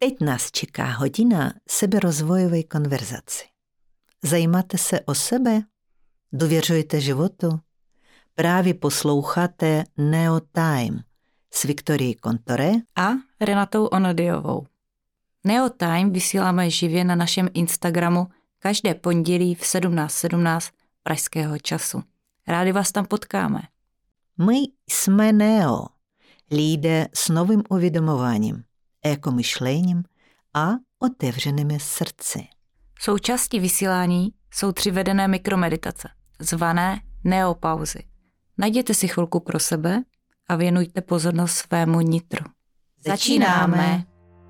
Teď nás čeká hodina seberozvojové konverzaci. Zajímáte se o sebe? Důvěřujete životu? Právě posloucháte Neo Time s Viktorií Kontore a Renatou Onodiovou. Neo Time vysíláme živě na našem Instagramu každé pondělí v 17:17 pražského času. Rádi vás tam potkáme. My jsme Neo, lidé s novým uvědomováním, ekomyšlením a otevřenými srdci. Součástí vysílání jsou 3 vedené mikromeditace, zvané neopauzy. Najděte si chvilku pro sebe a věnujte pozornost svému nitru. Začínáme!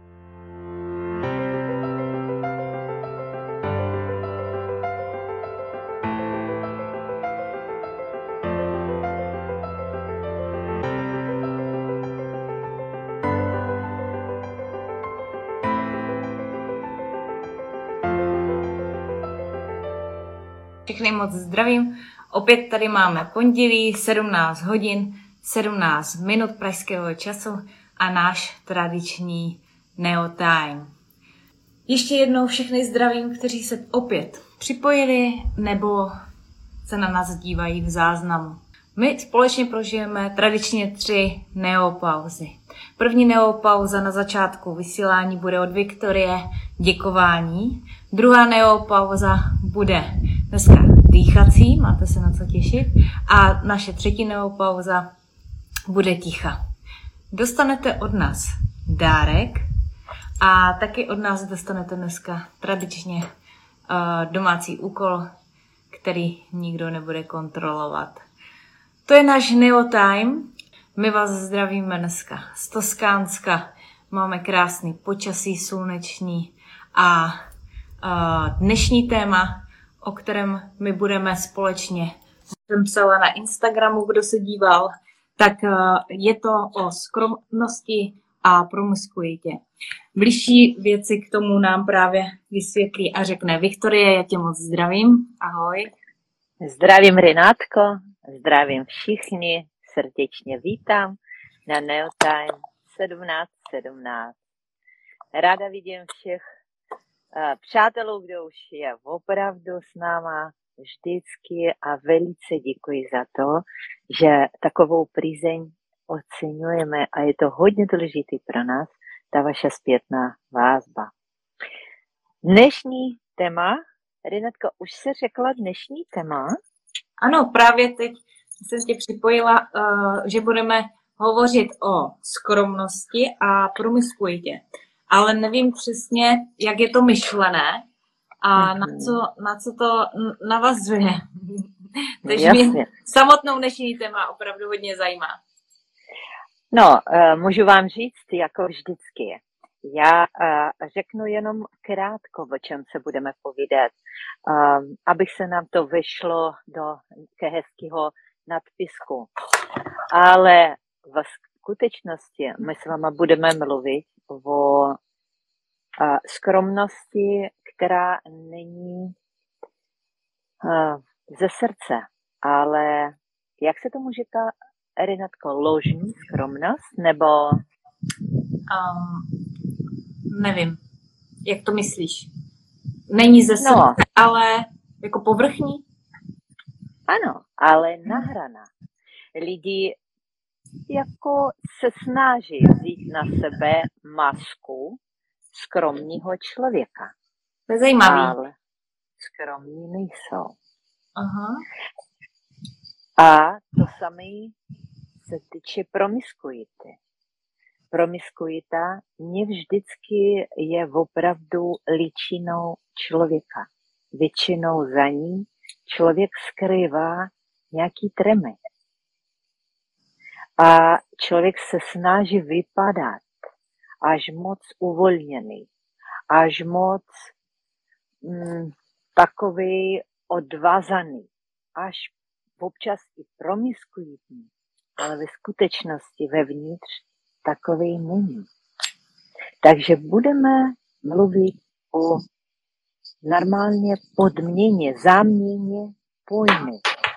Všechny moc zdravím. Opět tady máme pondělí, 17 hodin, 17 minut pražského času a náš tradiční Neo Time. Ještě jednou všechny zdravím, kteří se opět připojili nebo se na nás dívají v záznamu. My společně prožijeme tradičně 3 neopauzy. První neopauza na začátku vysílání bude od Viktorie děkování. Druhá neopauza bude dneska dýchací, máte se na co těšit. A naše třetí neopauza bude ticha. Dostanete od nás dárek a taky od nás dostanete dneska tradičně domácí úkol, který nikdo nebude kontrolovat. To je náš Neo Time. My vás zdravíme dneska z Toskánska. Máme krásný počasí sluneční a dnešní téma, o kterém my budeme společně. Jsem psala na Instagramu, kdo se díval, tak je to o skromnosti a promiskuitě. Bližší věci k tomu nám právě vysvětlí a řekne Viktorie. Já tě moc zdravím. Ahoj. Zdravím Renátko, zdravím všichni, srdečně vítám na Neo Time 17:17. Ráda vidím všech přátelů, kdo už je opravdu s náma vždycky a velice děkuji za to, že takovou přízeň oceňujeme a je to hodně důležitý pro nás, ta vaše zpětná vazba. Dnešní téma, Renatko, už jsi řekla dnešní téma? Ano, právě teď jsem tě připojila, že budeme hovořit o skromnosti a promiskuitě. Ale nevím přesně, jak je to myšlené a na co to navazuje. Takže mě samotnou dnešní téma opravdu hodně zajímá. No, můžu vám říct, jako vždycky. Já řeknu jenom krátko, o čem se budeme povídat, abych se nám to vyšlo do hezkého nadpisku. Ale v skutečnosti my s váma budeme mluvit o skromnosti, která není ze srdce, ale jak se tomu říká, Renatko, ložní skromnost, nebo... Nevím, jak to myslíš? Není ze srdce, ale jako povrchní? Ano, ale nahraná. Lidi jako se snaží vzít na sebe masku skromného člověka. To je zajímavý. Ale skromní nejsou. Aha. A to samé se týče promiskuity. Promiskuita nevždycky je opravdu ličinou člověka. Většinou za ní člověk skrývá nějaký tremy. A člověk se snaží vypadat až moc uvolněný, až moc takový odvázaný, až občas i promiskuitní, ale ve skutečnosti vevnitř takový není. Takže budeme mluvit o normálně podměně, záměně pojmu.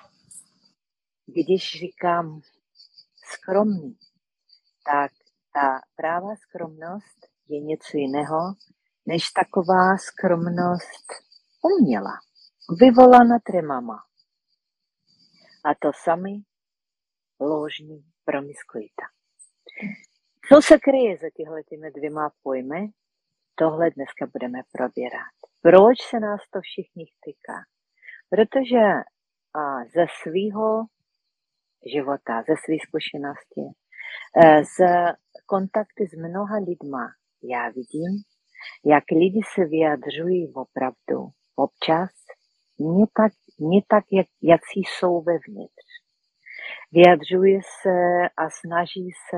Když říkám skromný, tak ta prává skromnost je něco jiného, než taková skromnost uměla, vyvolána tremama. A to samý ложní promiskuita. Co se kryje za těmi dvěma pojmy, tohle dneska budeme probírat. Proč se nás to všichni týká? Protože ze svého života, ze své zkušenosti, z kontakty s mnoha lidma já vidím, jak lidi se vyjadřují opravdu občas nie tak jací jsou vevnitř. Vyjadřují se a snaží se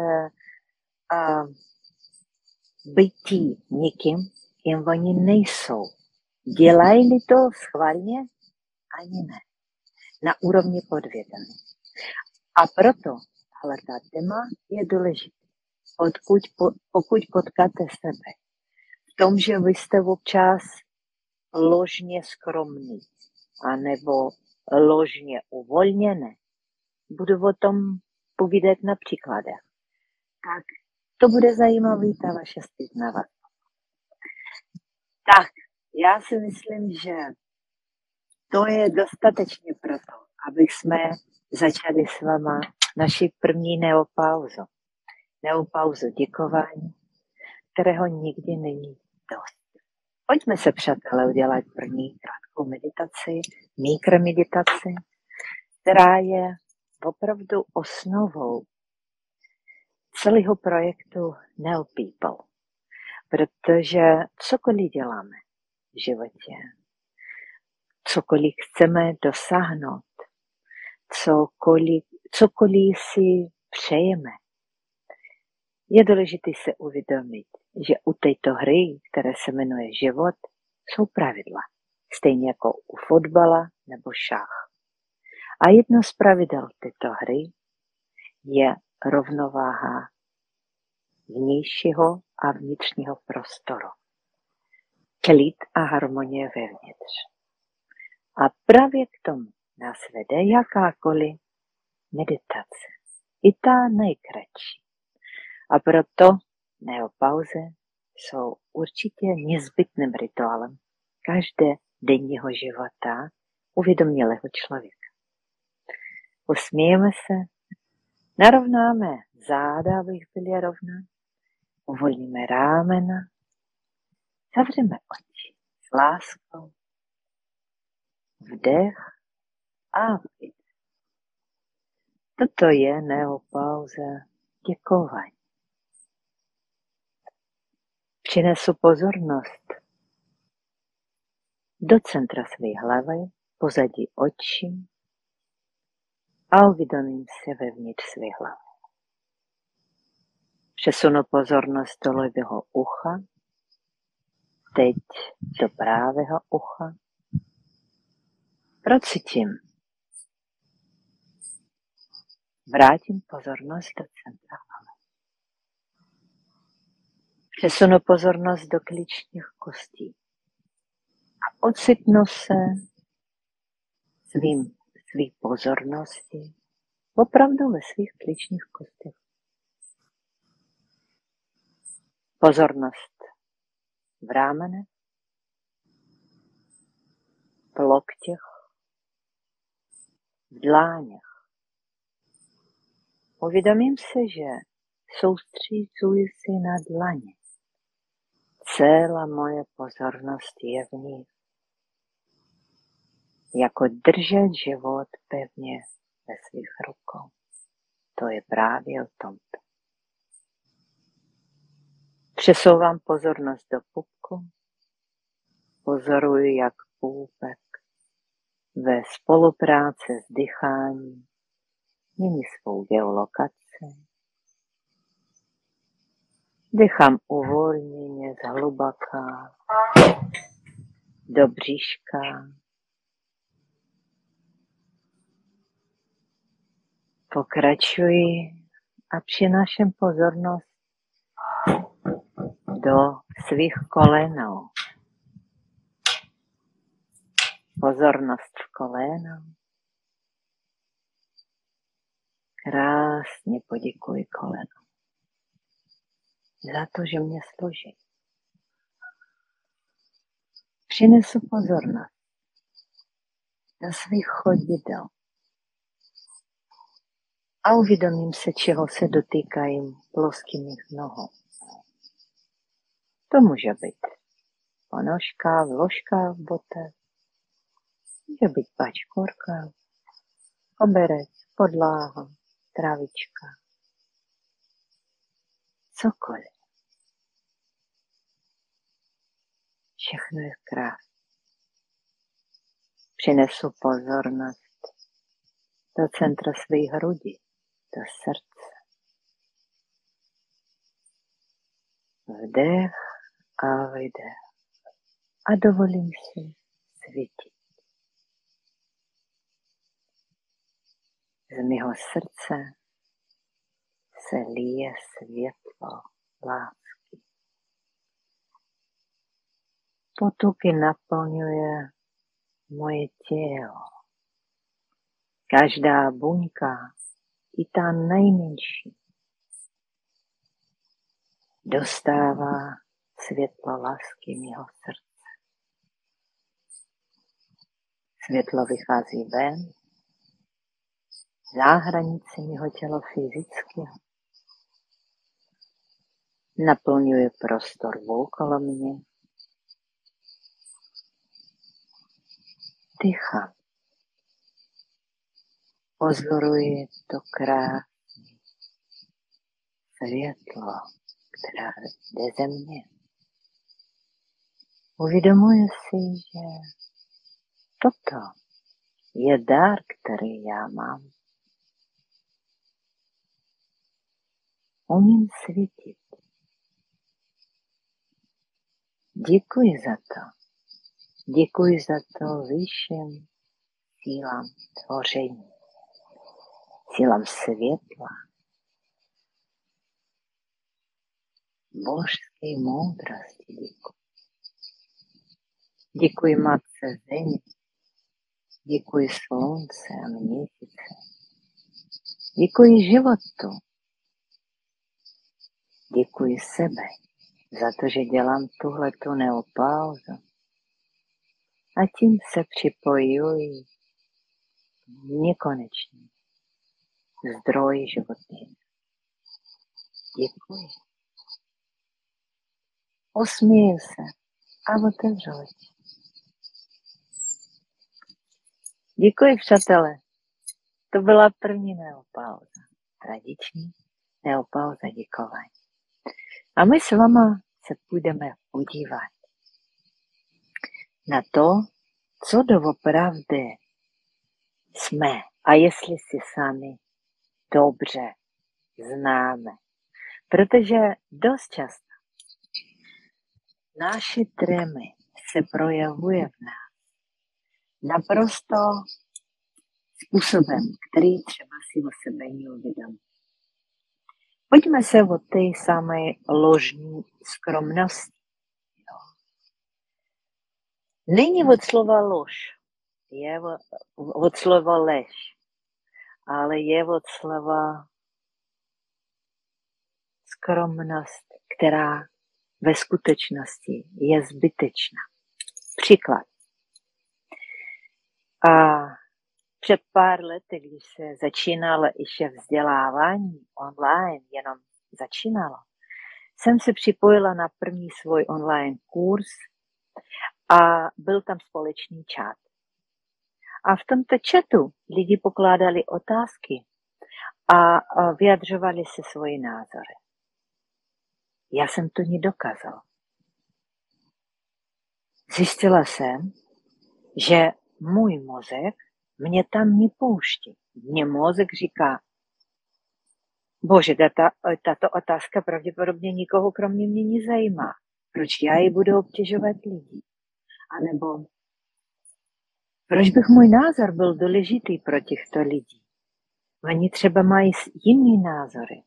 být někým, kým oni nejsou. Dělají to schválně? Ani ne. Na úrovni podvědomí. A proto tato téma je důležitá. Pokud potkáte sebe v tom, že vy jste občas ložně skromný, anebo ložně uvolněné, budu o tom povídat na příkladech. Tak to bude zajímavý, ta vaše zpětná vazba. Tak, já si myslím, že to je dostatečně proto, aby jsme začali s váma naši první neopauzu. Neopauzu děkování, kterého nikdy není dost. Pojďme se, přátelé, udělat první krátkou meditaci, mikromeditaci, která je opravdu osnovou celého projektu Neo People. Protože cokoliv děláme v životě, cokoliv chceme dosáhnout, cokoliv si přejeme, je důležité se uvědomit, že u této hry, které se jmenuje život, jsou pravidla. Stejně jako u fotbala nebo šach. A jedno z pravidel této hry je rovnováha vnějšího a vnitřního prostoru. Klid a harmonie vevnitř. A právě k tomu nás vede jakákoliv meditace. I ta nejkratší. A proto neopauze jsou určitě nezbytným rituálem každé denního života uvědomělého člověka. Usmějeme se, narovnáme záda, abych byli rovná, uvolníme rámena, zavřeme oči s láskou, vdech a vydech. Toto je neopauza děkování. Přinesu pozornost do centra své hlavy, pozadí očí a uvědomím se vevnitř své hlavy. Přesunu pozornost do levého ucha, teď do pravého ucha. Procítím. Vrátím pozornost do centra hlavy. Přesunu pozornost do klíčních kostí a ocitnu se svý pozornosti opravdu ve svých klíčních kostech. Pozornost v rámenech, v loktěch, v dláněch. Uvědomím se, že soustřeďuji si na dlaně. Celá moje pozornost je v nich. Jako držet život pevně ve svých rukou. To je právě o tomto. Přesouvám pozornost do pupku. Pozoruji, jak půpek ve spolupráci s dýcháním mění svou geolokaci. Dýchám uvolněně, zhluboka, do bříška. Pokračuji a přináším pozornost do svých kolenou. Pozornost v kolenou. Krásně poděkuji kolenou. za to, že mě složí. Přinesu pozornost do svých chodidel a uvědomím se, čeho se dotýkají plosky mých nohou. To může být ponožka, vložka v botách, může být pačkorka, koberec, podláha, trávička, cokoliv. Všechno je krásné. Přinesu pozornost do centra svých hrudi, do srdce. Vdech a vydech. A dovolím si svítit. Z mého srdce se lije světlo lásky. Potoky naplňuje moje tělo. Každá buňka, i ta nejmenší, dostává světlo lásky mého srdce. Světlo vychází ven, za hranici mého těla fyzického. Naplňuje prostor okolo mě. Dýchám. Pozoruji to krásné světlo, které jde ze mě. Uvědomuji si, že toto je dar, který já mám. Umím svítit. Děkuji za to. Děkuji za to vyšším sílám tvoření, sílám světla, božské moudrosti. Děkuji. Děkuji Matce Země, děkuji Slunce a Měsíce, děkuji životu, děkuji sebe za to, že dělám tuhletu neopauzu. A tím se připojuji nekonečný zdroj životní. Děkuji. Usměju se a otevřu oči. Děkuji, přátelé. To byla první neopauza. Tradiční neopauza děkování. A my s váma se půjdeme podívat na to, co doopravdy jsme a jestli si sami dobře známe. Protože dost často naše trémy se projevuje v nás naprosto způsobem, který třeba si o sebe neuvědomí. Pojďme se od té samé ložní skromnosti. Není od slova lož, je od slova lež, ale je od slova skromnost, která ve skutečnosti je zbytečná. Příklad. A před pár lety, když se začínalo ještě vzdělávání online, jenom začínalo, jsem se připojila na první svůj online kurz a byl tam společný chat. A v tomto chatu lidi pokládali otázky a vyjadřovali se svoje názory. Já jsem to nedokázala. Zjistila jsem, že můj mozek mě tam nepouští. Mně mozek říká, bože, tato otázka pravděpodobně nikoho kromě mě nezajímá. Proč já ji budu obtěžovat lidi? A nebo proč bych můj názor byl důležitý pro těchto lidí? Oni třeba mají jiný názory.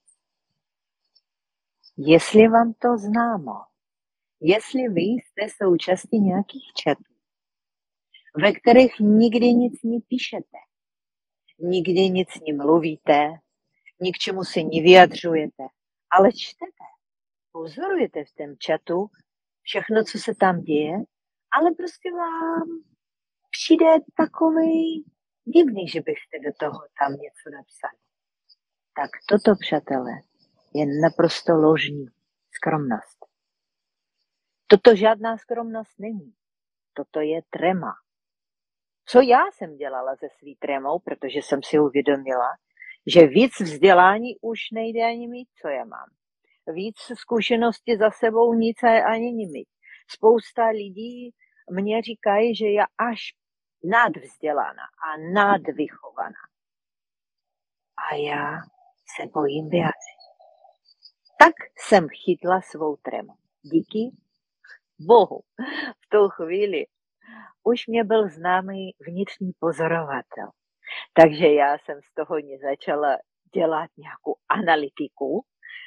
Jestli vám to známo, jestli vy jste součástí nějakých chatů, ve kterých nikdy nic nepíšete, nikdy nic nemluvíte, ni k čemu se nevyjadřujete, ale čtete. pozorujete v tom chatu všechno, co se tam děje, ale prostě vám přijde takový divný, že byste do toho tam něco napsali. Tak toto, přátelé, je naprosto ložní skromnost. Toto žádná skromnost není. Toto je trema. Co já jsem dělala se svý tremou, protože jsem si uvědomila, že víc vzdělání už nejde ani mít, co já mám. Víc zkušenosti za sebou nic ani mít. Spousta lidí mě říkají, že já až nadvzdělaná a nadvychovaná. A já se bojím vyjádřit. Tak jsem chytla svou tremu. Díky Bohu. V tou chvíli už mě byl známý vnitřní pozorovatel. Takže já jsem z toho začala dělat nějakou analytiku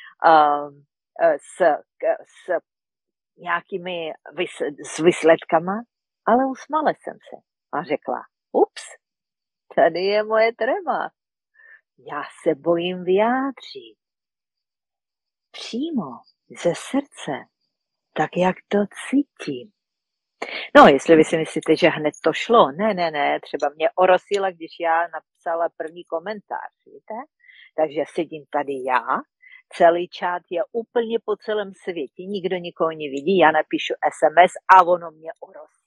s nějakými výsledkama, ale usmála jsem se a řekla, ups, tady je moje trema. Já se bojím vyjádřit. Přímo ze srdce, tak jak to cítím. No, jestli vy si myslíte, že hned to šlo, ne, třeba mě orosila, když já napsala první komentář, víte? Takže sedím tady já, celý chat je úplně po celém světě, nikdo nikoho nevidí, já napíšu SMS a ono mě orosí.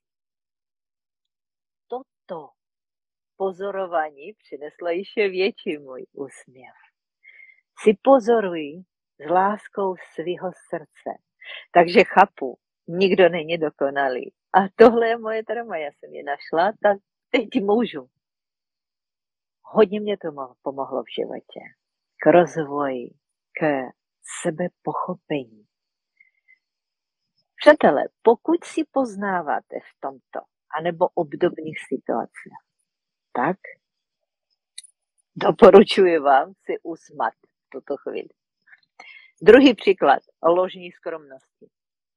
Toto pozorování přineslo ještě větší můj úsměv. Si pozoruj s láskou svého srdce. Takže chápu, nikdo není dokonalý. A tohle je moje trema, já jsem je našla, tak teď můžu. Hodně mě to pomohlo v životě. K rozvoji, k sebepochopení. Přátelé, pokud si poznáváte v tomto, anebo obdobných situacích, tak doporučuji vám si usmat v tuto chvíli. Druhý příklad o ložní skromnosti.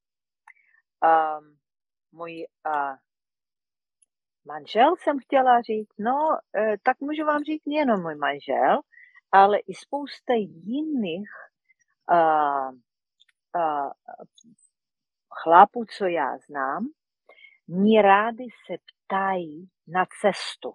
Můj manžel jsem chtěla říct, tak můžu vám říct nejenom můj manžel, ale i spousta jiných chlapů, co já znám, mě rádi se ptají na cestu.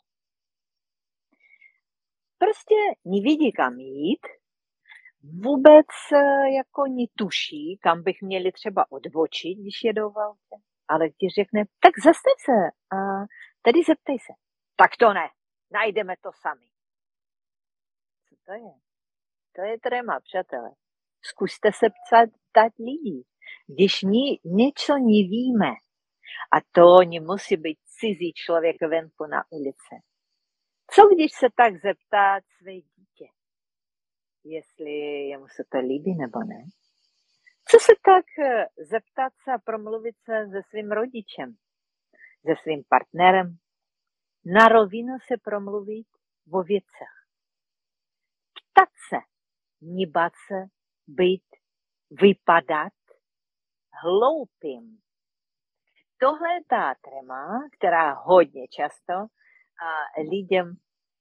Prostě nevidí, kam jít, vůbec jako netuší, kam bych měli třeba odbočit, když jedou v autě. Ale když řekne, tak zastav se a tady zeptej se. Tak to ne, najdeme to sami. Co to je? To je trema, přátelé. Zkuste se ptát lidí. Když něco nevíme, a to nemusí být cizí člověk venku na ulici. Co když se tak zeptá své dítě? Jestli jemu se to líbí nebo ne? Co se tak zeptat se a promluvit se se svým rodičem, se svým partnerem? Na rovinu se promluvit o věcech. Ptat se, nebát se, být, vypadat hloupým. Tohle je ta trema, která hodně často lidem,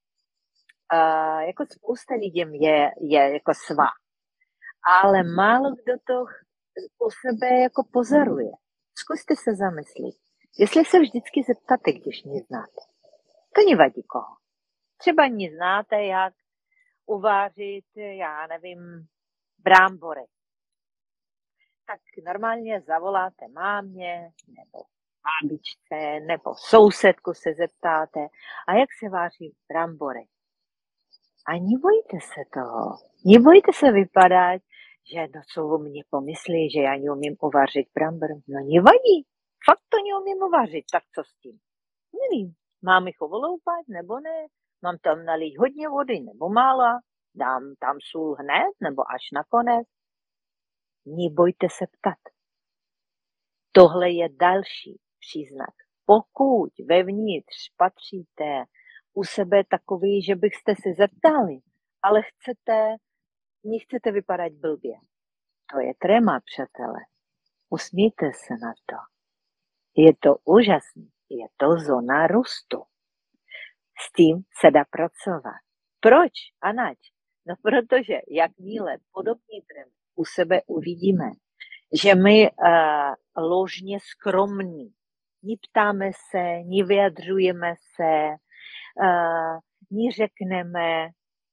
jako spousta lidem je jako svá. Ale málo kdo to u sebe jako pozoruje. Zkuste se zamyslit. Jestli se vždycky zeptáte, když neznáte. To nevadí koho. Třeba neznáte, jak uvařit, já nevím, brambory. Tak normálně zavoláte mámě, nebo babičce, nebo sousedku se zeptáte, a jak se vaří brambory. A nebojte se toho. Nebojte se vypadat, že co o mě pomyslí, že já neumím uvařit brambory. No nevadí. Fakt to neumím uvařit, tak co s tím? Nevím. Mám jich ovoloupat, nebo ne? Mám tam nalít hodně vody, nebo málo? Dám tam sůl hned, nebo až nakonec? Nebojte se ptat. Tohle je další příznak. Pokud vevnitř patříte u sebe takový, že byste se zeptali, ale nechcete vypadat blbě. To je trema, přátelé. Usmějte se na to. Je to úžasný. Je to zóna růstu. S tím se dá pracovat. Proč, Anač? No protože jakmile podobný trend u sebe uvidíme, že my ložně skromní. Ni ptáme se, ni vyjadřujeme se, ni řekneme.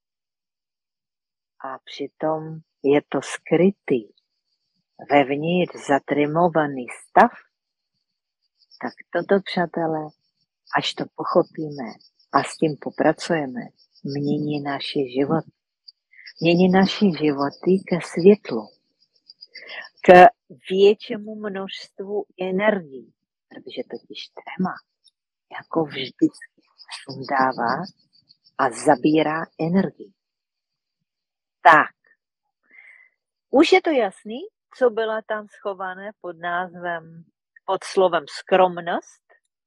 A přitom je to skrytý, vevnitř zatrimovaný stav. Tak toto, přátelé, až to pochopíme a s tím popracujeme, mění naše život. Mění naše životy ke světlu, k většímu množstvu energií, protože totiž téma, jako vždycky, sundává a zabírá energii. Tak, už je to jasný, co bylo tam schované pod slovem skromnost.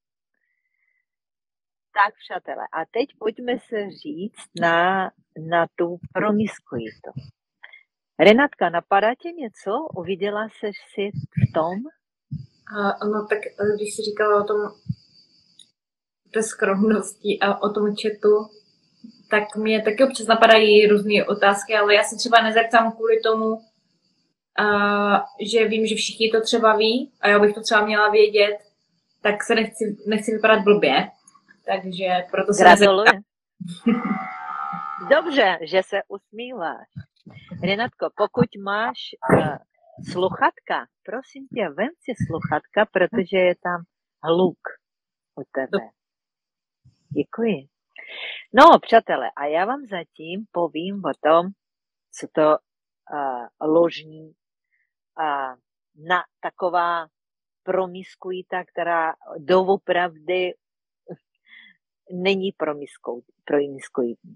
Tak, přátelé, a teď pojďme se říct na tu promiskuitu. Renátka, napadá tě něco? Uviděla seš si v tom? No tak když jsi říkala o tom té skromnosti a o tom chatu, tak mě taky občas napadají různé otázky, ale já se třeba nezeptám kvůli tomu, že vím, že všichni to třeba ví a já bych to třeba měla vědět, tak se nechci vypadat blbě, takže proto se nezeptám. Dobře, že se usmíváš. Renátko, pokud máš sluchatka, prosím tě, vem si sluchatka, protože je tam hluk u tebe. Děkuji. No, přátelé, a já vám zatím povím o tom, co to ložní taková promiskuita, která doopravdy není promiskuitní.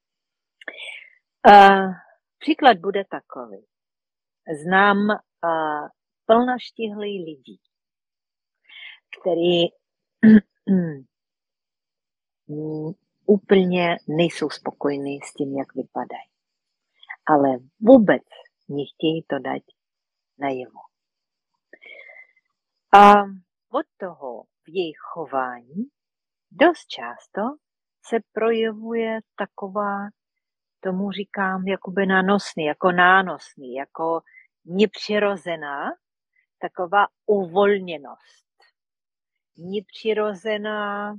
Příklad bude takový. Znám plnoštihlý lidí, který úplně nejsou spokojení s tím, jak vypadají. Ale vůbec nechtějí to dát najevo. A od toho v jejich chování dost často se projevuje taková, tomu říkám, jakoby nánosný, jako nepřirozená, taková uvolněnost. Nepřirozená,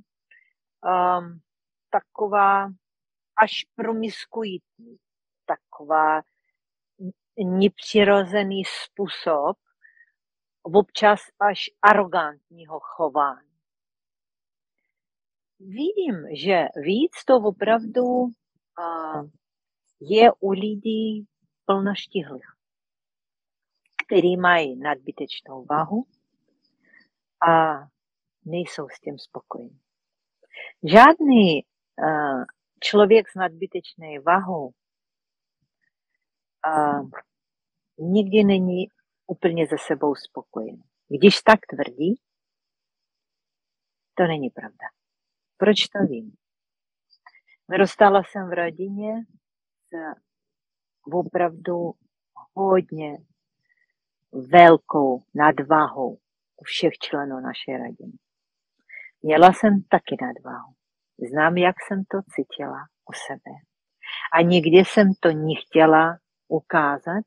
taková až promiskuitní, taková nepřirozený způsob, občas až arrogantního chování. Vidím, že víc to opravdu je u lidí plnoštihlých, kteří mají nadbytečnou váhu a nejsou s tím spokojení. Žádný člověk s nadbytečnou váhou nikdy není úplně se sebou spokojený. Když tak tvrdí, to není pravda. Proč to vím? Vyrostala jsem v rodině s opravdu hodně velkou nadváhou u všech členů naší rodiny. Měla jsem taky nadváhu. Znám, jak jsem to cítila u sebe. A nikdy jsem to nechtěla ukázat,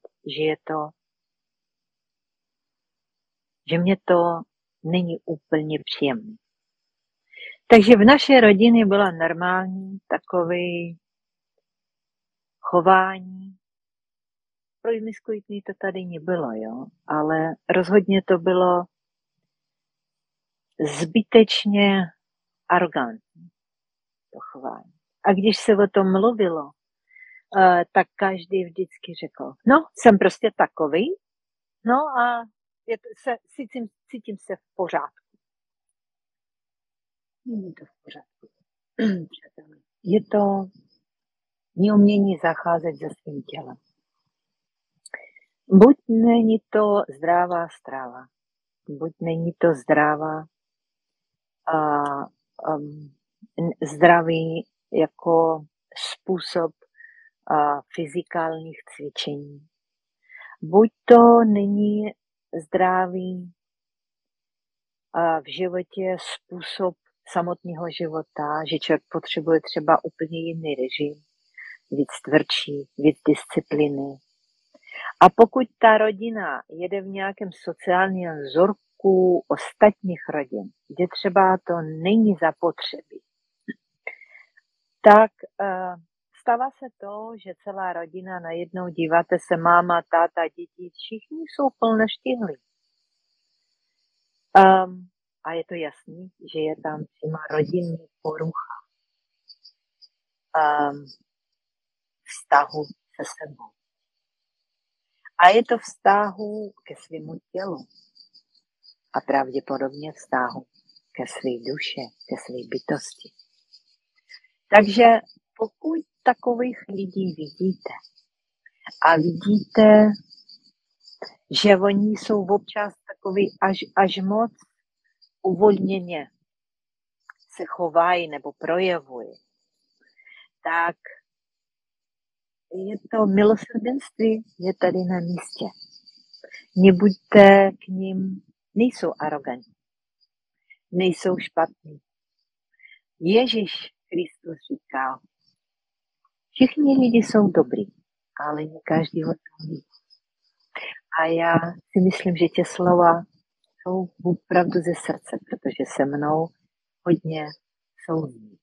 že mě to není úplně příjemné. Takže v naší rodině byla normální takové chování. Promiskuitní to tady nebylo, jo? Ale rozhodně to bylo zbytečně arrogantní, to chování. A když se o tom mluvilo, tak každý vždycky řekl, no, jsem prostě takový, no a cítím se v pořádku. Není to v pořádku. Je to neumění zacházet se svým tělem. Buď není to zdravá strava, buď není to zdravý jako způsob fyzikálních cvičení. Buď to není zdravý v životě způsob samotného života, že člověk potřebuje třeba úplně jiný režim, víc tvrdší, víc disciplíny. A pokud ta rodina jede v nějakém sociálním vzorku ostatních rodin, kde třeba to není zapotřebí, tak stává se to, že celá rodina najednou, díváte se, máma, táta, děti, všichni jsou plně štíhlí. A je to jasný, že je tam třeba rodinný porucha vztahu se sebou. A je to vztahu ke svému tělu. A pravděpodobně vztahu ke své duše, ke své bytosti. Takže pokud takových lidí vidíte a vidíte, že oni jsou občas takový až moc uvolněně se chovají nebo projevují, tak je to milosrdenství, je tady na místě. Nebuďte k ním, nejsou arrogantní, nejsou špatní. Ježíš Kristus říkal, všichni lidi jsou dobrý, ale ne každý ho to ví. A já si myslím, že tě slova jsou opravdu ze srdce, protože se mnou hodně souzní.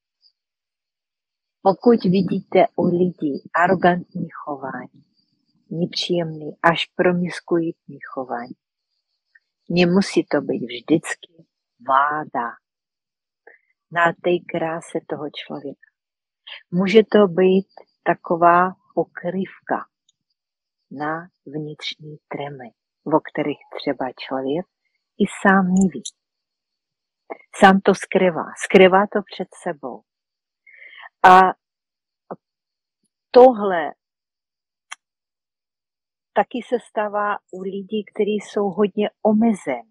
Pokud vidíte u lidí arrogantní chování, nepříjemný až promiskuitní chování, nemusí to být vždycky váda na té kráse toho člověka. Může to být taková pokrývka na vnitřní trémy, o kterých třeba člověk i sám neví. Sám to skrývá to před sebou. A tohle taky se stává u lidí, kteří jsou hodně omezení.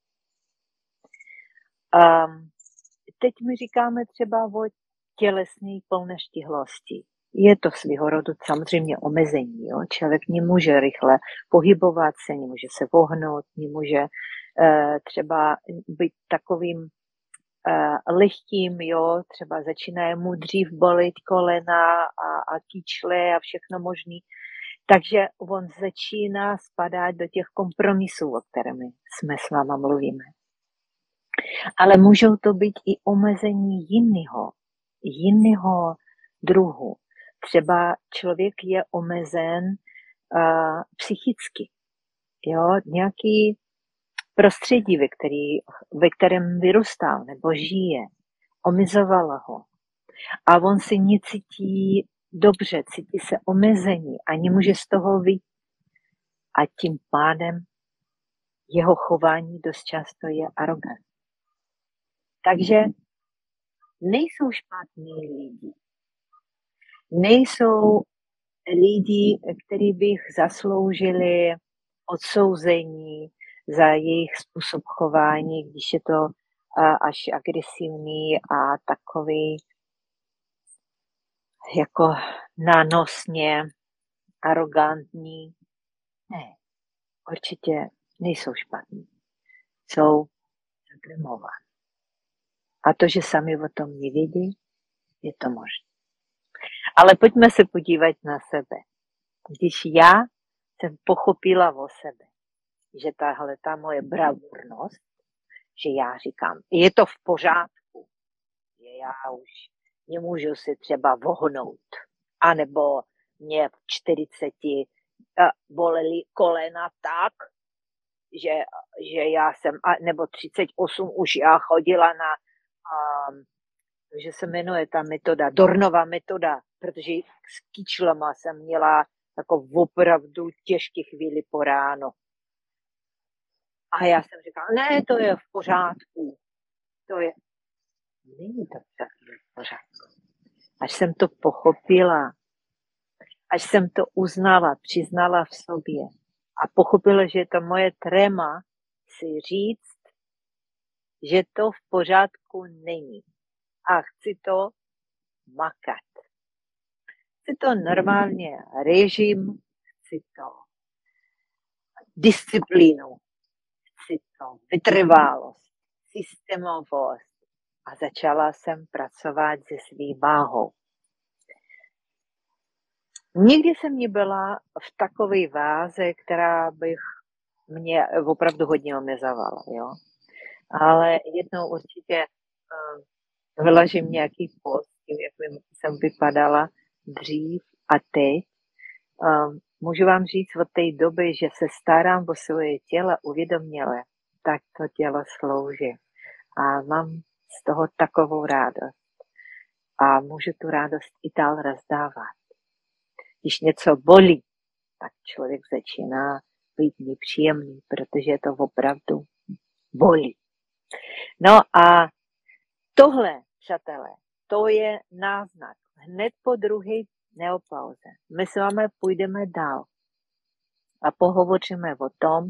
Teď my říkáme třeba o tělesné plné štíhlosti. Je to svého rodu samozřejmě omezení. Jo? Člověk nemůže rychle pohybovat se, nemůže se vohnout, nemůže třeba být takovým lehkým, jo? Třeba začíná mu dřív bolit kolena a kyčle a všechno možný. Takže on začíná spadat do těch kompromisů, o kterými jsme s váma mluvíme. Ale můžou to být i omezení jiného druhu. Třeba člověk je omezen psychicky. Jo? Nějaký prostředí, ve kterém vyrůstal nebo žije, omezovalo ho. A on se necítí dobře, cítí se omezení a nemůže z toho vyjít. A tím pádem jeho chování dost často je arrogantní. Takže nejsou špatní lidi. Nejsou lidi, kteří bych zasloužili odsouzení za jejich způsob chování, když je to až agresivní a takový jako nánosně arrogantní. Ne, určitě nejsou špatní. Jsou zakrmovaní. A to, že sami o tom nevědí, je to možné. Ale pojďme se podívat na sebe. Když já jsem pochopila o sebe, že tahle ta moje bravurnost, že já říkám, je to v pořádku, že já už nemůžu si třeba vohnout, anebo mě v 40 bolely kolena tak, že já jsem, nebo 38 už já chodila na, že se jmenuje ta metoda, Dornova metoda, protože s kyčlema jsem měla jako opravdu těžké chvíli po ráno. A já jsem říkala, ne, to je v pořádku. Není to v pořádku. Až jsem to pochopila, až jsem to uznala, přiznala v sobě a pochopila, že je to moje tréma si říct, že to v pořádku není. A chci to makat. Chci to normálně režim, chci to disciplínu, chci to vytrvalost, systémovost. A začala jsem pracovat se svým váhou. Nikdy jsem nebyla v takové váze, která bych mě opravdu hodně omezovala, jo. Ale jednou určitě vyložím nějaký post, jak jsem vypadala dřív a teď. Můžu vám říct od té doby, že se starám o svoje tělo uvědoměle, tak to tělo slouží. A mám z toho takovou radost. A můžu tu radost i dál rozdávat. Když něco bolí, tak člověk začíná být nepříjemný, protože to opravdu bolí. No a tohle, přátelé, to je náznak. Hned po druhé neopauze. My s vámi půjdeme dál a pohovoříme o tom,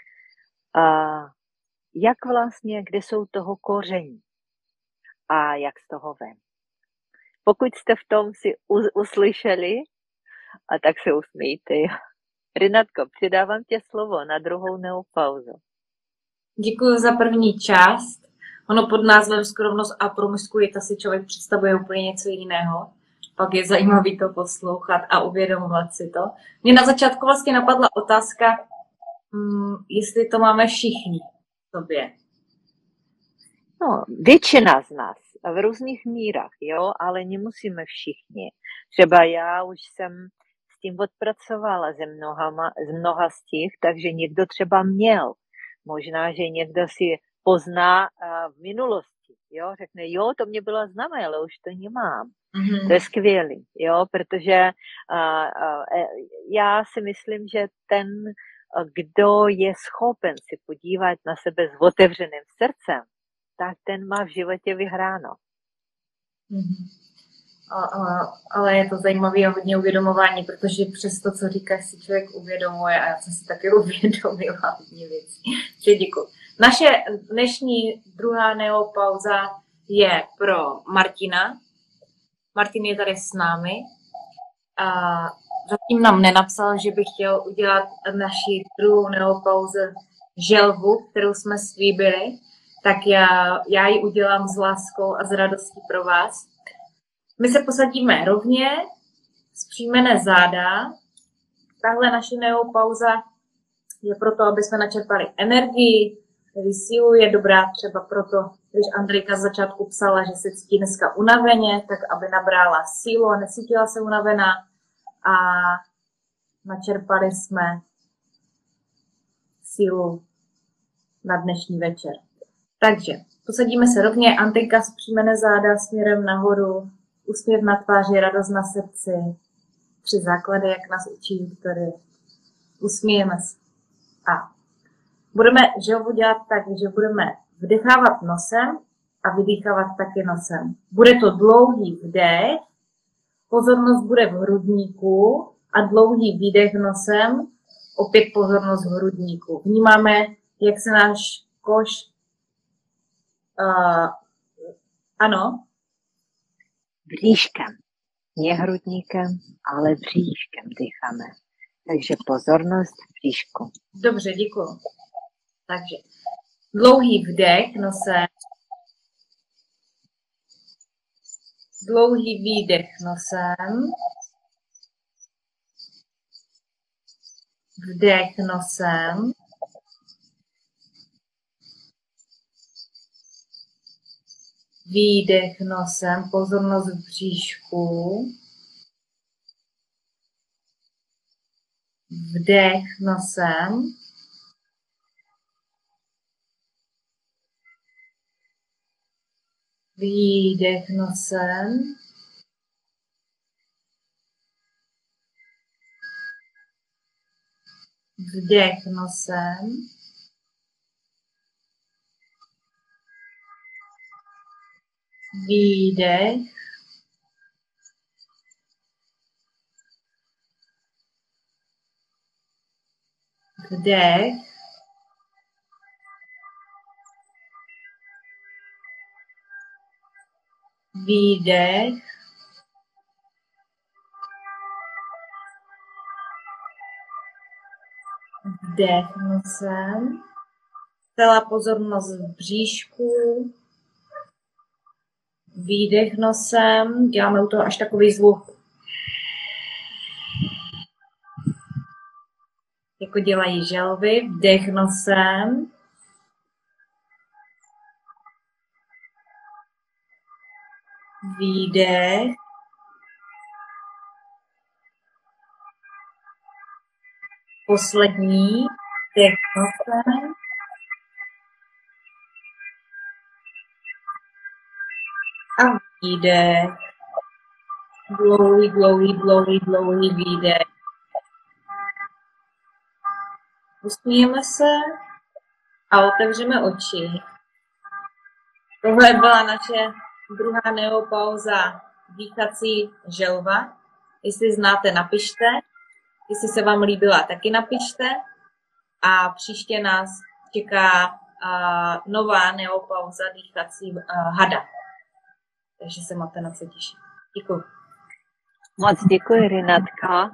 jak vlastně, kde jsou toho koření a jak z toho ven. Pokud jste v tom si uslyšeli, a tak se usmějte. Renátko, předávám tě slovo na druhou neopauzu. Děkuji za první část. Ono pod názvem Skromnost a promiskuita si člověk představuje úplně něco jiného. Pak je zajímavý to poslouchat a uvědomovat si to. Mně na začátku vlastně napadla otázka, jestli to máme všichni v sobě. No, většina z nás v různých mírách, jo, ale nemusíme všichni. Třeba já už jsem s tím odpracovala z mnoha z těch, takže někdo třeba měl. Možná, že někdo si pozná v minulosti, jo, řekne, jo, to mě bylo známé, ale už to nemám. Mm-hmm. To je skvělý, jo, protože já si myslím, že ten, kdo je schopen si podívat na sebe s otevřeným srdcem, tak ten má v životě vyhráno. Mm-hmm. Ale je to zajímavé a hodně uvědomování, protože přes to, co říkáš, si člověk uvědomuje a já jsem si taky uvědomila hodně věcí. Děkuji. Naše dnešní druhá neopauza je pro Martina. Martin je tady s námi a zatím nám nenapsal, že by chtěl udělat naši druhou neopauzu želvu, kterou jsme slíbili, tak já ji udělám s láskou a s radostí pro vás. My se posadíme rovně, zpříjmené záda. Tahle naše neopauza je proto, aby jsme načerpali energii, tedy sílu. Je dobrá třeba proto, když Andrejka z začátku psala, že se cítí dneska unaveně, tak aby nabrala sílu a necítila se unavená. A načerpali jsme sílu na dnešní večer. Takže posadíme se rovně, Andrejka zpříjmené záda směrem nahoru, úsměv na tváři, radost na srdci. 3 základy, jak nás učí Viktorie. Usmějeme se. A budeme želvu dělat tak, že budeme vdechávat nosem a vydýchávat taky nosem. Bude to dlouhý vdech, pozornost bude v hrudníku a dlouhý výdech nosem, opět pozornost v hrudníku. Vnímáme, jak se náš koš ano, bříškem. Ne hrudníkem, ale bříškem dýcháme. Takže pozornost v bříšku. Dobře, děkuji. Takže dlouhý vdech nosem, dlouhý výdech nosem, vdech nosem, výdech nosem, pozornost v bříšku, vdech nosem, výdech nosem, vdech nosem, výdech, vdech, výdech, vdech nosem, celá pozornost v bříšku, výdech nosem, děláme u toho až takový zvuk. jako dělají želvy. Vdech nosem. Výdech. Poslední. Vdech nosem. A výdech. Dlouhý výdech. Usmíjeme se a otevřeme oči. Tohle byla naše druhá neopauza dýchací želva. Jestli znáte, napište. Jestli se vám líbila, taky napište. A příště nás čeká nová neopauza dýchací hada. Takže se máte na co těšit. Děkuji. Moc děkuji, Renátka.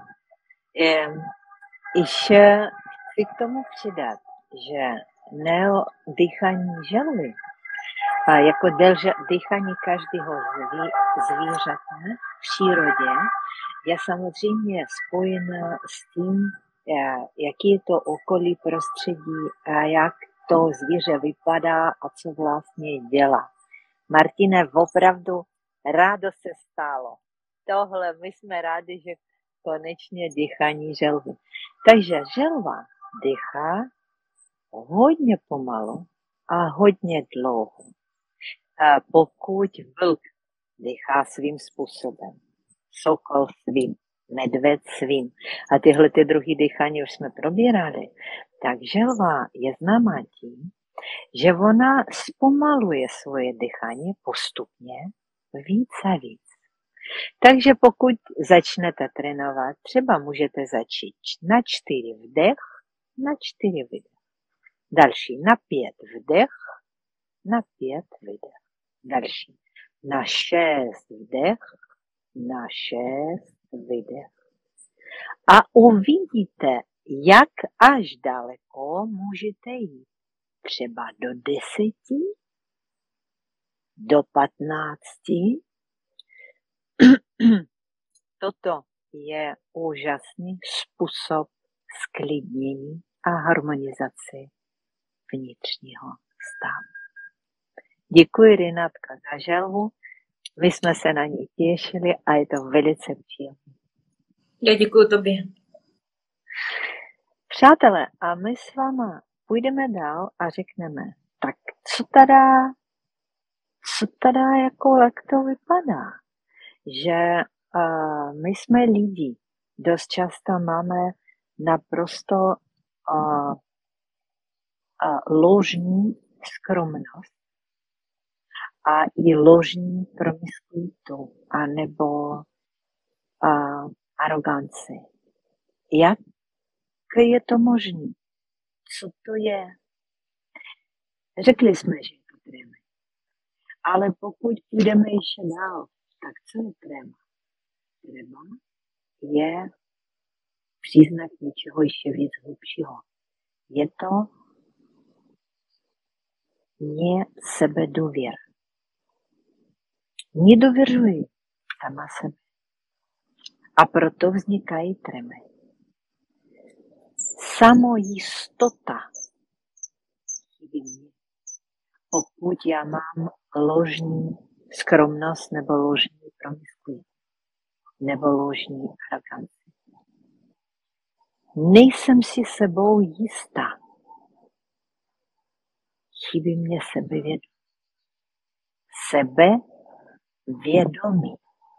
Ještě chci k tomu přidat, že neodýchání želvy jako dýchání každého zvířete v přírodě je samozřejmě spojeno s tím, jaký je to okolí prostředí a jak to zvíře vypadá a co vlastně dělá. Martine, opravdu rádo se stalo. Tohle, my jsme rádi, že konečně dýchání želvy. Takže želva dýchá hodně pomalu a hodně dlouho. A pokud vlk dýchá svým způsobem, sokol svým, medvěd svým a tyhle ty druhý dýchání už jsme probírali, tak želva je známá tím, že ona zpomaluje svoje dýchání postupně víc a víc. Takže pokud začnete trénovat, třeba můžete začít na 4 vdech, na 4 vydech. Další na 5 vdech, na 5 vydech. Další na 6 vdech, na 6 vydech. A uvidíte, jak až daleko můžete jít. Třeba do 10, do 15. Toto je úžasný způsob sklidnění a harmonizace vnitřního stavu. Děkuji, Renátka, za želvu. My jsme se na ní těšili a je to velice příjemné. Já děkuji tobě. Přátelé, a my s váma půjdeme dál a řekneme, tak co teda jako, jak to vypadá? Že my jsme lidi, dost často máme naprosto ložní skromnost a i ložní promiskuitu anebo aroganci. Jak je to možné? Co to je? Řekli jsme, že je to tréma. Ale pokud půjdeme ještě dál, tak co je tréma? Tréma je příznak něčeho ještě víc hlubšího. Je to sebedůvěra. Nedůvěřuji sama sebe. A proto vznikají trémy. Samojistota chybí mě. Pokud já mám ložní skromnost nebo ložní promiskuitu nebo ložní aroganci. Nejsem si sebou jistá. Chybí mě sebevědomí. Sebevědomí.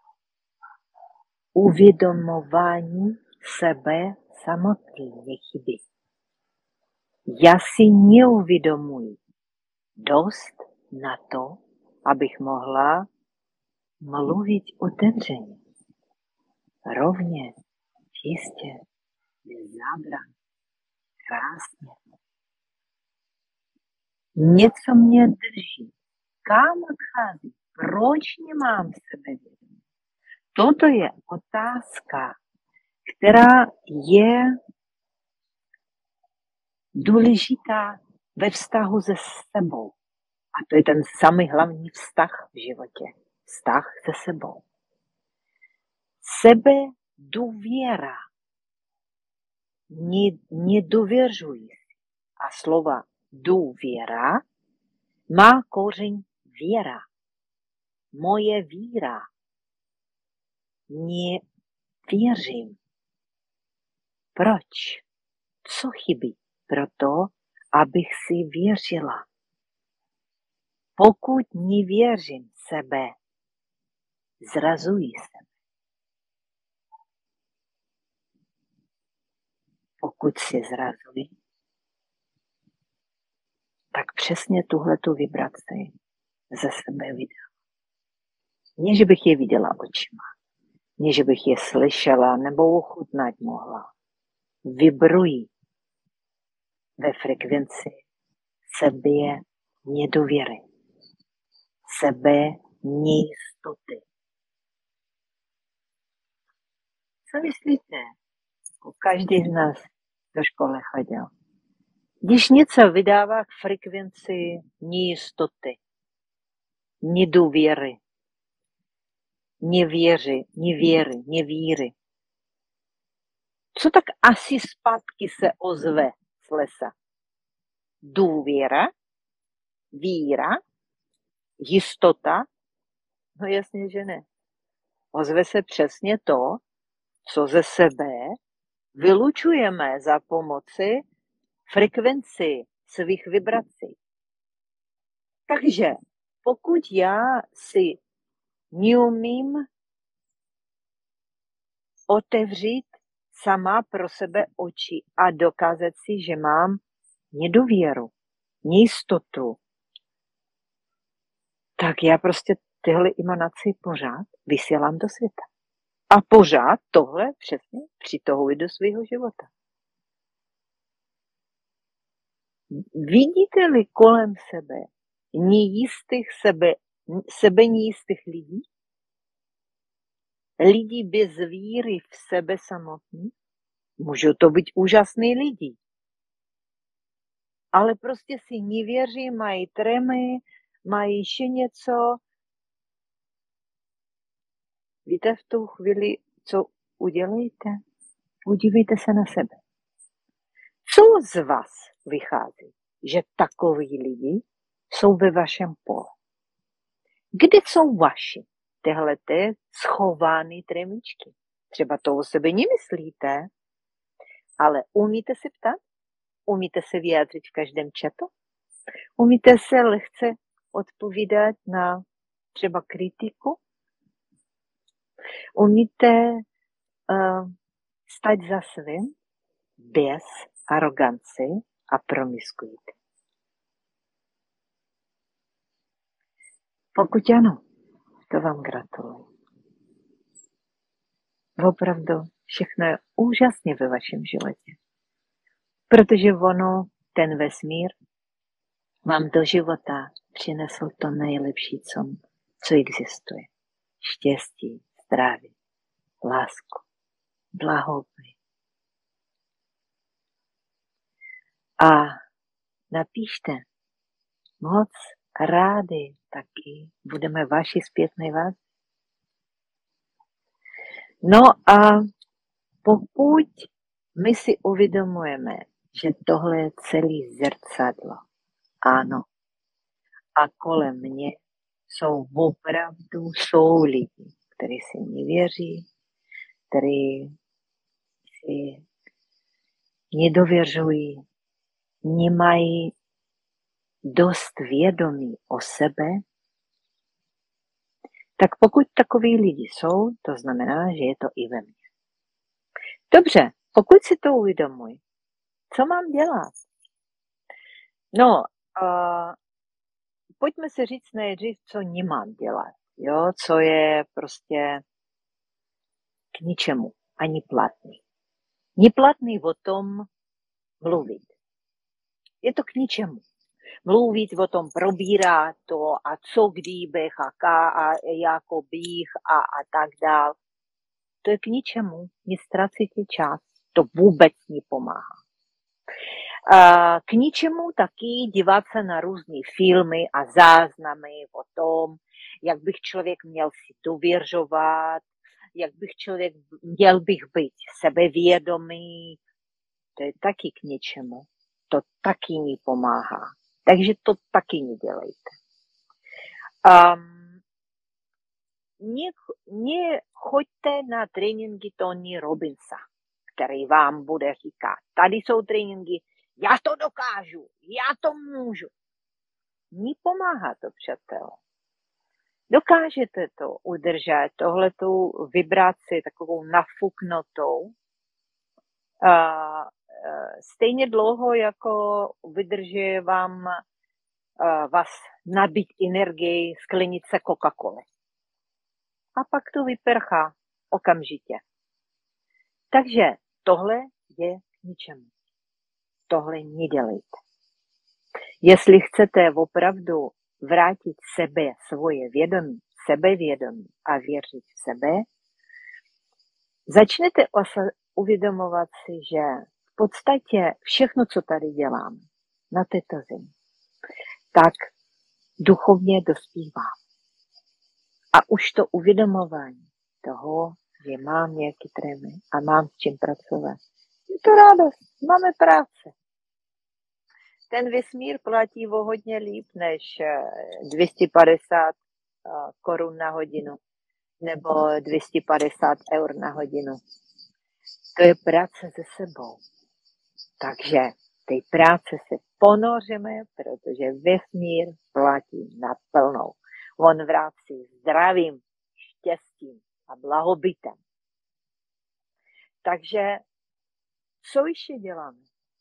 Uvědomování sebe samotný mě chybí. Já si neuvědomuji dost na to, abych mohla mluvit otevřeně. Rovně, čistě, bez zábran, krásně. Něco mě drží. Kam odchází? Proč nemám sebevědomí? Toto je otázka, která je důležitá ve vztahu se sebou. A to je ten samý hlavní vztah v životě. Vztah se sebou. Sebedůvěra nedůvěřuji. A slova důvěra má kořen věra. Moje víra. Nevěřím. Proč? Co chybí? Proto, abych si věřila. Pokud nevěřím sebe, zrazuji se. Pokud si zrazuji, tak přesně tuhletu vibraci ze sebe vydám. Ne, že bych je viděla očima, ne, že bych je slyšela nebo ochutnat mohla. Vibruji ve frekvenci sebe nedůvěry, sebe nejistoty. Co myslíte? Každý z nás do školy chodil. Když něco vydává k frekvenci nejistoty, nedůvěry, nevíry, co tak asi zpátky se ozve z lesa? Důvěra, víra, jistota? No jasně, že ne. Ozve se přesně to, co ze sebe vylučujeme za pomoci frekvenci svých vibrací. Takže pokud já si neumím otevřít sama pro sebe oči a dokázat si, že mám nedůvěru, nejistotu, tak já prostě tyhle emanaci pořád vysílám do světa. A pořád tohle přesně přitahuji do svého života. Vidíte-li kolem sebe sebe nejistých lidí? Lidi bez víry v sebe samotný? Můžou to být úžasný lidi. Ale prostě si nevěří, mají tremy, mají ještě něco. Víte v tu chvíli, co udělejte? Udívejte se na sebe. Co z vás vychází, že takoví lidi jsou ve vašem pole? Kde jsou vaši tyhleté schované tremičky? Třeba to o sebe nemyslíte, ale umíte se ptát? Umíte se vyjádřit v každém chatu? Umíte se lehce odpovídat na třeba kritiku? Umíte stát za svým bez aroganci a promiskuity? Pokud ano, to vám gratuluji. Opravdu všechno je úžasně ve vašem životě. Protože ono, ten vesmír, vám do života přinesl to nejlepší, co existuje. Štěstí, zdraví, lásku, blahobyt. A napište, moc rádi taky budeme vaši zpětné vazby. No a pokud my si uvědomujeme, že tohle je celý zrcadlo, ano, a kolem mě jsou lidi, kteří si nevěří, kteří si nedověřují, nemají dost vědomí o sebe, tak pokud takoví lidi jsou, to znamená, že je to i ve mně. Dobře, pokud si to uvědomuji, co mám dělat? No, pojďme si říct nejdřív, co nemám dělat, jo? Co je prostě k ničemu, ani platný. Neplatný o tom mluvit. Je to k ničemu. Mluvit o tom, probírat to a co kdybych a jako bych a tak dál. To je k ničemu. Nestracíte čas. To vůbec nepomáhá. K ničemu taky dívat se na různé filmy a záznamy o tom, jak bych člověk měl si důvěřovat, jak bych měl být sebevědomý. to je taky k něčemu. To taky ní pomáhá. Takže to taky nedělejte. Choďte na tréninky Tony Robbinsa, který vám bude říkat, tady jsou tréninky, já to dokážu, já to můžu. Ní pomáhá to, přátelé. Dokážete to udržet, tohletou vibraci, takovou nafuknutou, stejně dlouho, jako vydrží vás nabít energii sklenice Coca-Coly. A pak to vyprchá okamžitě. Takže tohle je k ničemu. Tohle nedělejte. Jestli chcete opravdu vrátit svoje vědomí, sebevědomí a věřit v sebe, začnete uvědomovat si, že v podstatě všechno, co tady děláme na této zemi, tak duchovně dospívá. A už to uvědomování toho, že mám nějaký trémy a mám s čím pracovat, je to radost, máme práce. Ten vesmír platí o hodně líp než 250 korun na hodinu nebo 250 eur na hodinu. To je práce se sebou. Takže té práce se ponoříme, protože vesmír platí naplnou. On vrací zdravím, štěstím a blahobytem. Takže co ještě děláme?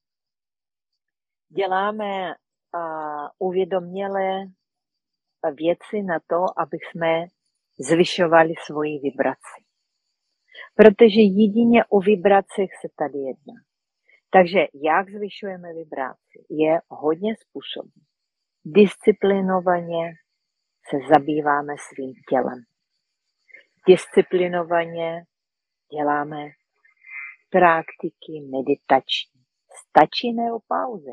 Děláme uvědomělé věci na to, aby jsme zvyšovali svoji vibraci. Protože jedině o vibracích se tady jedná. Takže jak zvyšujeme vibraci? Je hodně způsobů. Disciplinovaně se zabýváme svým tělem. Disciplinovaně děláme praktiky meditační. Stačí neopauze.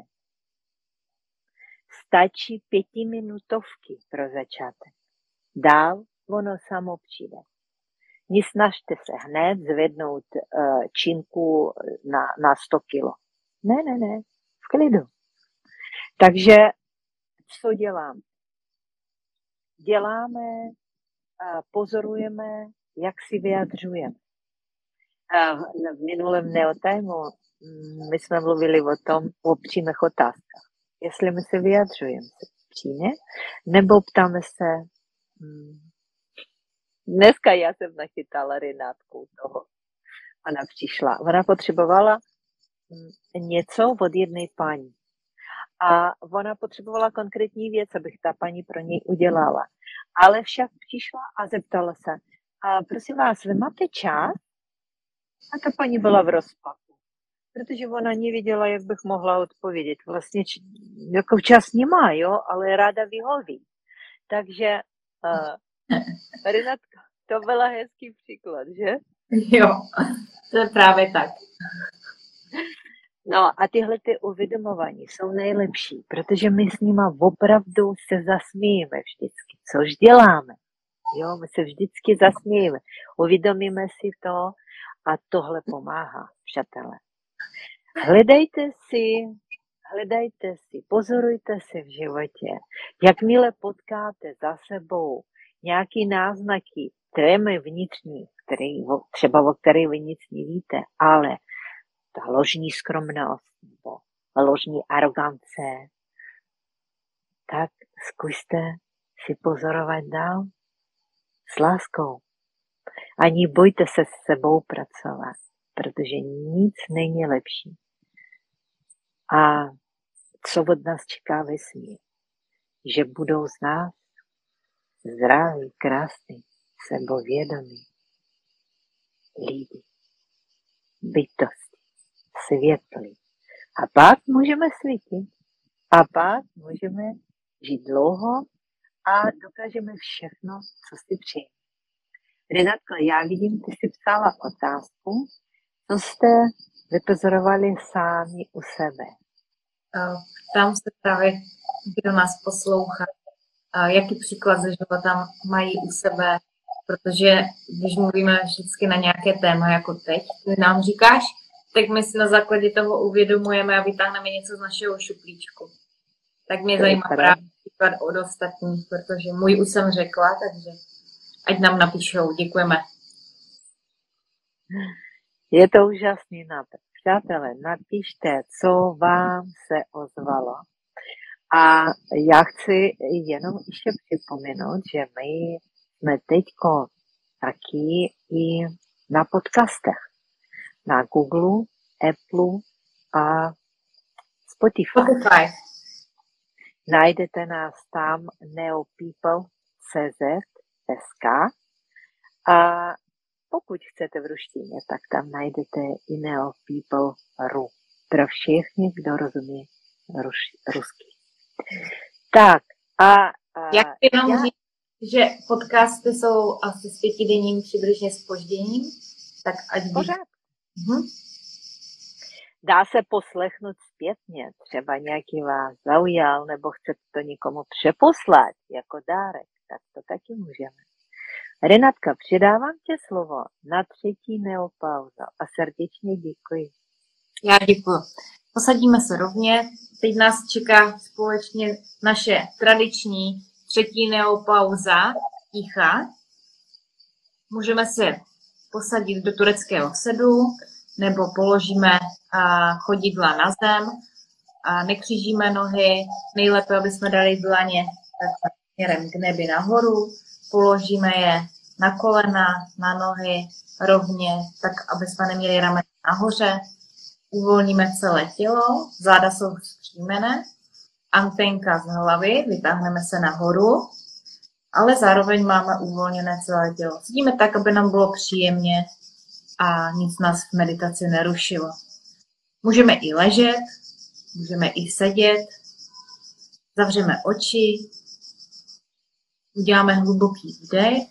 Stačí 5minutovky pro začátek. Dál ono samo přijde. Nesnažte se hned zvednout činku na 100 kilo. Ne, v klidu. Takže co dělám? Pozorujeme, jak si vyjadřujeme. V minulém Neotajmu my jsme mluvili o přímých otázkách. Jestli my se vyjadřujeme přímě, nebo ptáme se. Dneska já jsem nachytala Renátku toho. Ona přišla. Ona potřebovala něco od jedné paní. A ona potřebovala konkrétní věc, abych ta paní pro něj udělala. Ale však přišla a zeptala se, prosím vás, vy máte čas? A ta paní byla v rozpaku, protože ona nevěděla, jak bych mohla odpovědět. Vlastně jako čas nemá, jo, ale ráda vyhoví. Takže Renátka, to byla hezký příklad, že? Jo, to je právě tak. No a tyhle ty uvědomování jsou nejlepší, protože my s nima opravdu se zasmějeme vždycky, což děláme. Jo, my se vždycky zasmějeme, uvědomíme si to a tohle pomáhá, přátelé. Hledajte si, pozorujte si v životě. Jakmile potkáte za sebou nějaký náznaky trémy vnitřní, o které vy nic nevíte, ale ta ložní skromnost nebo ložní arogance, tak zkuste si pozorovat dál s láskou. Ani bojte se s sebou pracovat, protože nic není lepší. A co od nás čeká vesmír? Že budou z nás zdraví, krásný, sebovědomí lidi, bytosti, světlí. A pak můžeme svítit. A pak můžeme žít dlouho a dokážeme všechno, co si přejeme. Renátko, já vidím, ty jsi psala otázku, co jste vypozorovali sami u sebe. Tam se právě, kdo nás poslouchá, jaký příklad ze života mají u sebe, protože když mluvíme vždycky na nějaké téma jako teď, ty nám říkáš, tak my si na základě toho uvědomujeme a vytáhneme něco z našeho šuplíčku. Tak mě zajímá právě příklad od ostatních, protože můj už jsem řekla, takže ať nám napíšou. Děkujeme. Je to úžasný nápad. Přátelé, napište, co vám se ozvalo. A já chci jenom ještě připomenout, že my jsme teďko taky i na podcastech. Na Google, Apple a Spotify. Najdete nás tam neopeople.cz a pokud chcete v ruštině, tak tam najdete i neopeople.ru pro všechny, kdo rozumí rusky. Tak a jak jenom říct, že podcasty jsou asi s 5denním přibližně zpožděním, tak ať pořád. Dá se poslechnout zpětně, třeba nějaký vás zaujal, nebo chcete to někomu přeposlat jako dárek, tak to taky můžeme. Renátka, předávám tě slovo na 3. neopauza a srdečně děkuji. Já děkuji. Posadíme se rovně. Teď nás čeká společně naše tradiční 3. neopauza ticha. Můžeme se posadit do tureckého sedu, nebo položíme chodidla na zem a nekřížíme nohy. Nejlépe, aby jsme dali dlaně směrem k nebi nahoru. Položíme je na kolena, na nohy rovně, tak aby jsme neměli ramena nahoře. Uvolníme celé tělo, záda jsou vzpřímené, antenka z hlavy, vytáhneme se nahoru, ale zároveň máme uvolněné celé tělo. Sedíme tak, aby nám bylo příjemně a nic nás v meditaci nerušilo. Můžeme i ležet, můžeme i sedět, zavřeme oči, uděláme hluboký vdech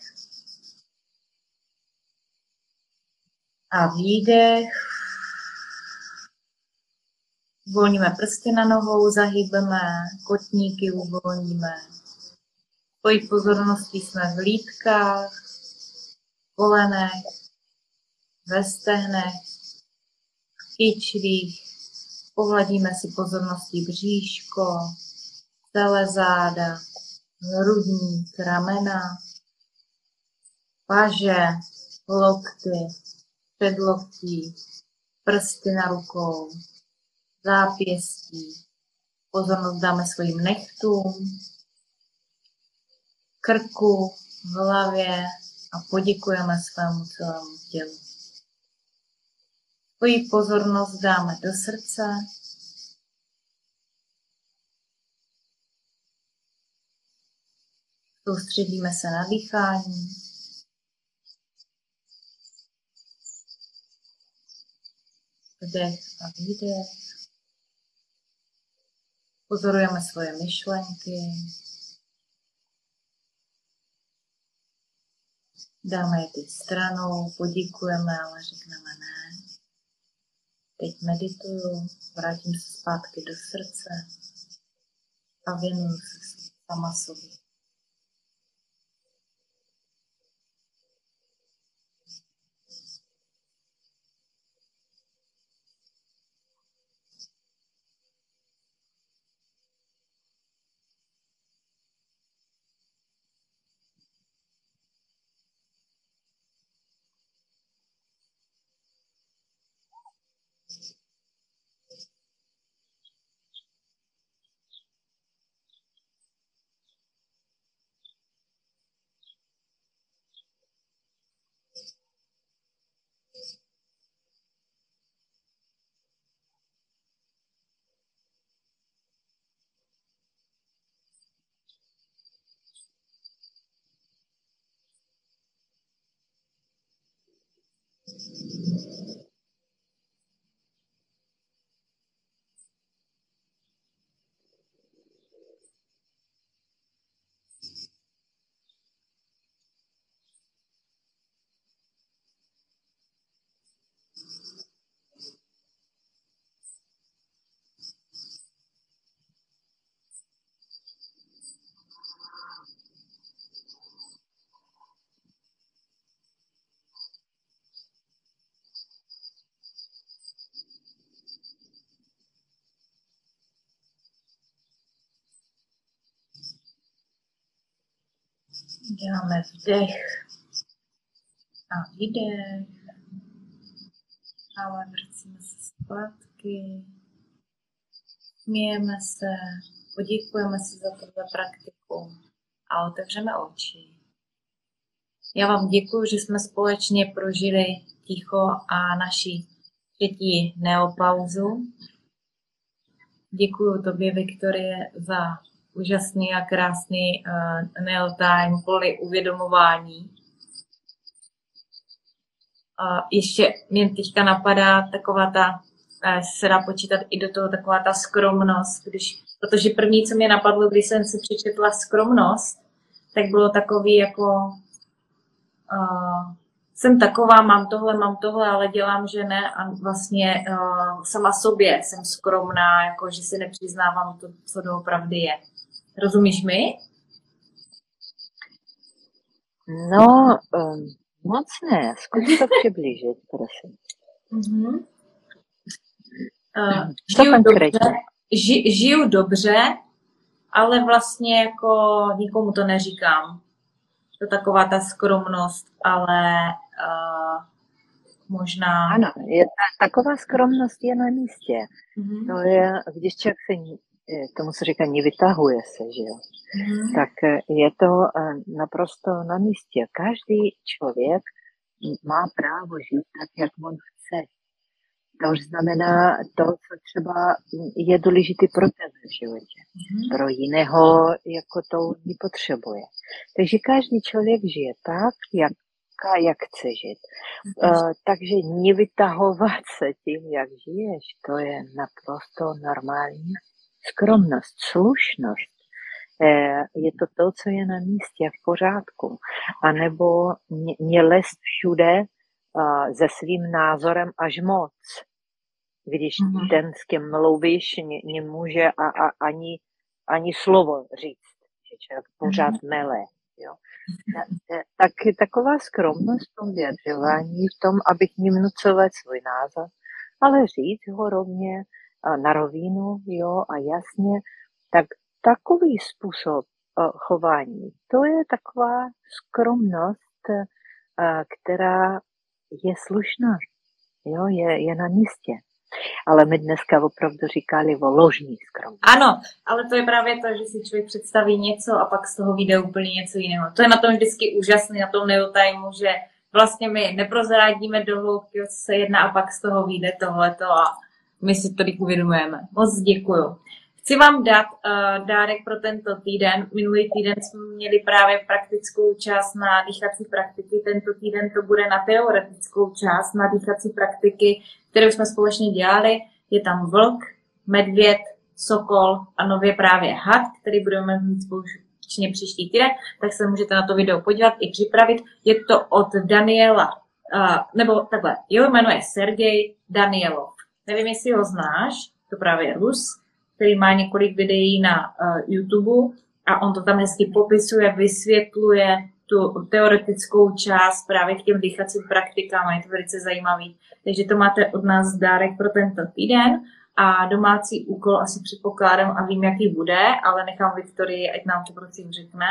a výdech. Uvolníme prsty na nohou, zahýbeme, kotníky uvolníme. Svojí pozorností jsme v lítkách, kolenech, ve stehnech, v kyčlích. Pohladíme si pozorností bříško, celé záda, hrudník, ramena, paže, lokty, předloktí, prsty na rukou, zápěstí. Pozornost dáme svým nechtům, krku, hlavě a poděkujeme svému celému tělu. Svoji pozornost dáme do srdce. Soustředíme se na dýchání. Vdech a výdech. Pozorujeme svoje myšlenky. Dáme je teď stranou, poděkujeme, ale řekneme ne. Teď medituju, vrátím se zpátky do srdce a věnuju se sama sobě. Děláme vdech a výdech. Ale vracíme se zpátky. Smějeme se, poděkujeme si za tuto praktiku a otevřeme oči. Já vám děkuji, že jsme společně prožili ticho a naši třetí neopauzu. Děkuji tobě, Viktorie, za úžasný a krásný neotime plný uvědomování. A ještě mě teďka napadá taková ta, se dá počítat i do toho taková ta skromnost, protože první, co mě napadlo, když jsem si přečetla skromnost, tak bylo takový jako jsem taková, mám tohle, ale dělám, že ne a vlastně sama sobě jsem skromná, jako že si nepřiznávám to, co doopravdy je. Rozumíš mi? No, moc ne. Zkus to přiblížit, prosím. Mm-hmm. Žiju dobře, ale vlastně jako nikomu to neříkám. To taková ta skromnost, ale možná... Ano, taková skromnost je na místě. Mm-hmm. To je, když člověk se, tomu se říká, nevytahuje se, že jo? Mm-hmm. Tak je to naprosto na místě. Každý člověk má právo žít tak, jak on chce. To už znamená to, co třeba je důležité pro tebe v životě. Mm-hmm. Pro jiného jako to nepotřebuje. Takže každý člověk žije tak, jak chce žít. Mm-hmm. Takže nevytahovat se tím, jak žiješ, to je naprosto normální. Skromnost, slušnost. Je to, co je na místě, v pořádku. A nebo nelez všude se svým názorem až moc. Když ten, s kým mluvíš, nemůže ani slovo říct, že člověk pořád mele. Jo. Tak taková skromnost v tom vyjadřování, v tom, abych nevnucovat svůj názor, ale říct ho rovně na rovinu, jo, a jasně, tak takový způsob chování, to je taková skromnost, která je slušná, jo, je na místě. Ale my dneska opravdu říkali o ložní skromnosti. Ano, ale to je právě to, že si člověk představí něco a pak z toho vyjde úplně něco jiného. To je na tom vždycky úžasný, na tom neotajmu, že vlastně my neprozrádíme do hloubky, o co se jedná a pak z toho vyjde tohleto a my si to uvědomujeme. Moc děkuju. Chci vám dát dárek pro tento týden. Minulý týden jsme měli právě praktickou část na dýchací praktiky. Tento týden to bude na teoretickou část na dýchací praktiky, kterou jsme společně dělali. Je tam vlk, medvěd, sokol a nově právě had, který budeme mít společně příští týden. Tak se můžete na to video podívat i připravit. Je to od Daniela, nebo takhle, jeho jméno je Sergej Danielov. Nevím, jestli ho znáš, to právě je Rus, který má několik videí na YouTube a on to tam hezky popisuje, vysvětluje tu teoretickou část právě k těm dýchacím praktikám a je to velice zajímavý. Takže to máte od nás dárek pro tento týden a domácí úkol asi předpokládám a vím, jaký bude, ale nechám Viktorii, ať nám to prosím řekne.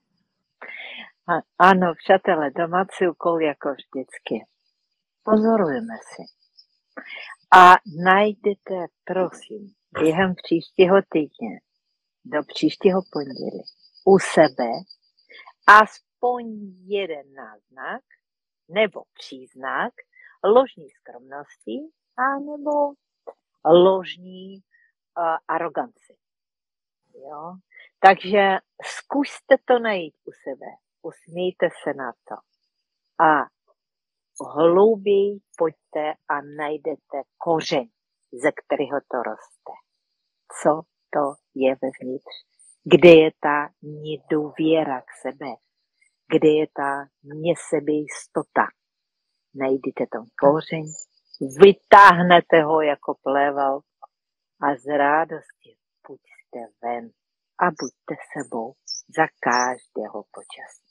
Ano, přátelé, domácí úkol jako vždycky. Pozorujeme si. A najdete, prosím, během příštího týdne do příštího pondělí u sebe aspoň jeden náznak nebo příznak ložní skromnosti a nebo ložní aroganci. Jo? Takže zkuste to najít u sebe, usmějte se na to a hlouběji pojďte a najdete kořen, ze kterého to roste. Co to je vevnitř? Kde je ta nedůvěra k sebe? Kde je ta nesebejistota? Najdete ten kořen, vytáhnete ho jako pléval a z radosti pojďte ven a buďte sebou za každého počasí.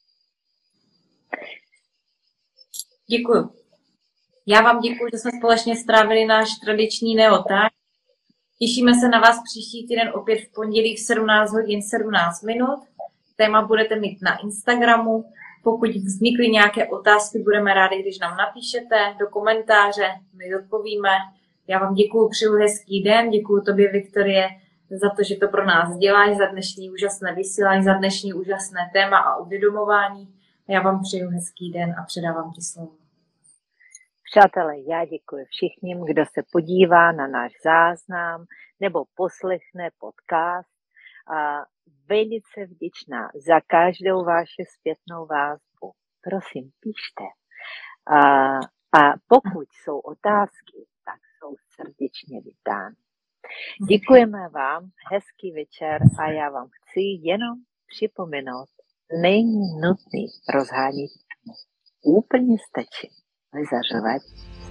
Děkuju. Já vám děkuji, že jsme společně strávili náš tradiční neotime. Těšíme se na vás příští týden opět v pondělí v 17 hodin 17 minut. téma budete mít na Instagramu. Pokud vznikly nějaké otázky, budeme rádi, když nám napíšete do komentáře, my odpovíme. Já vám děkuju, přeju hezký den, děkuju tobě, Viktorie, za to, že to pro nás děláš, za dnešní úžasné vysílání, za dnešní úžasné téma a uvědomování. Já vám přeju hezký den a předávám ti slovo. Přátelé, já děkuji všichni, kdo se podívá na náš záznam nebo poslechne podcast. A velice vděčná za každou vaši zpětnou vazbu. Prosím, píšte. A pokud jsou otázky, tak jsou srdečně vítány. Děkujeme vám, hezký večer a já vám chci jenom připomenout, není nutný rozhánět. Úplně stačí vyzařovat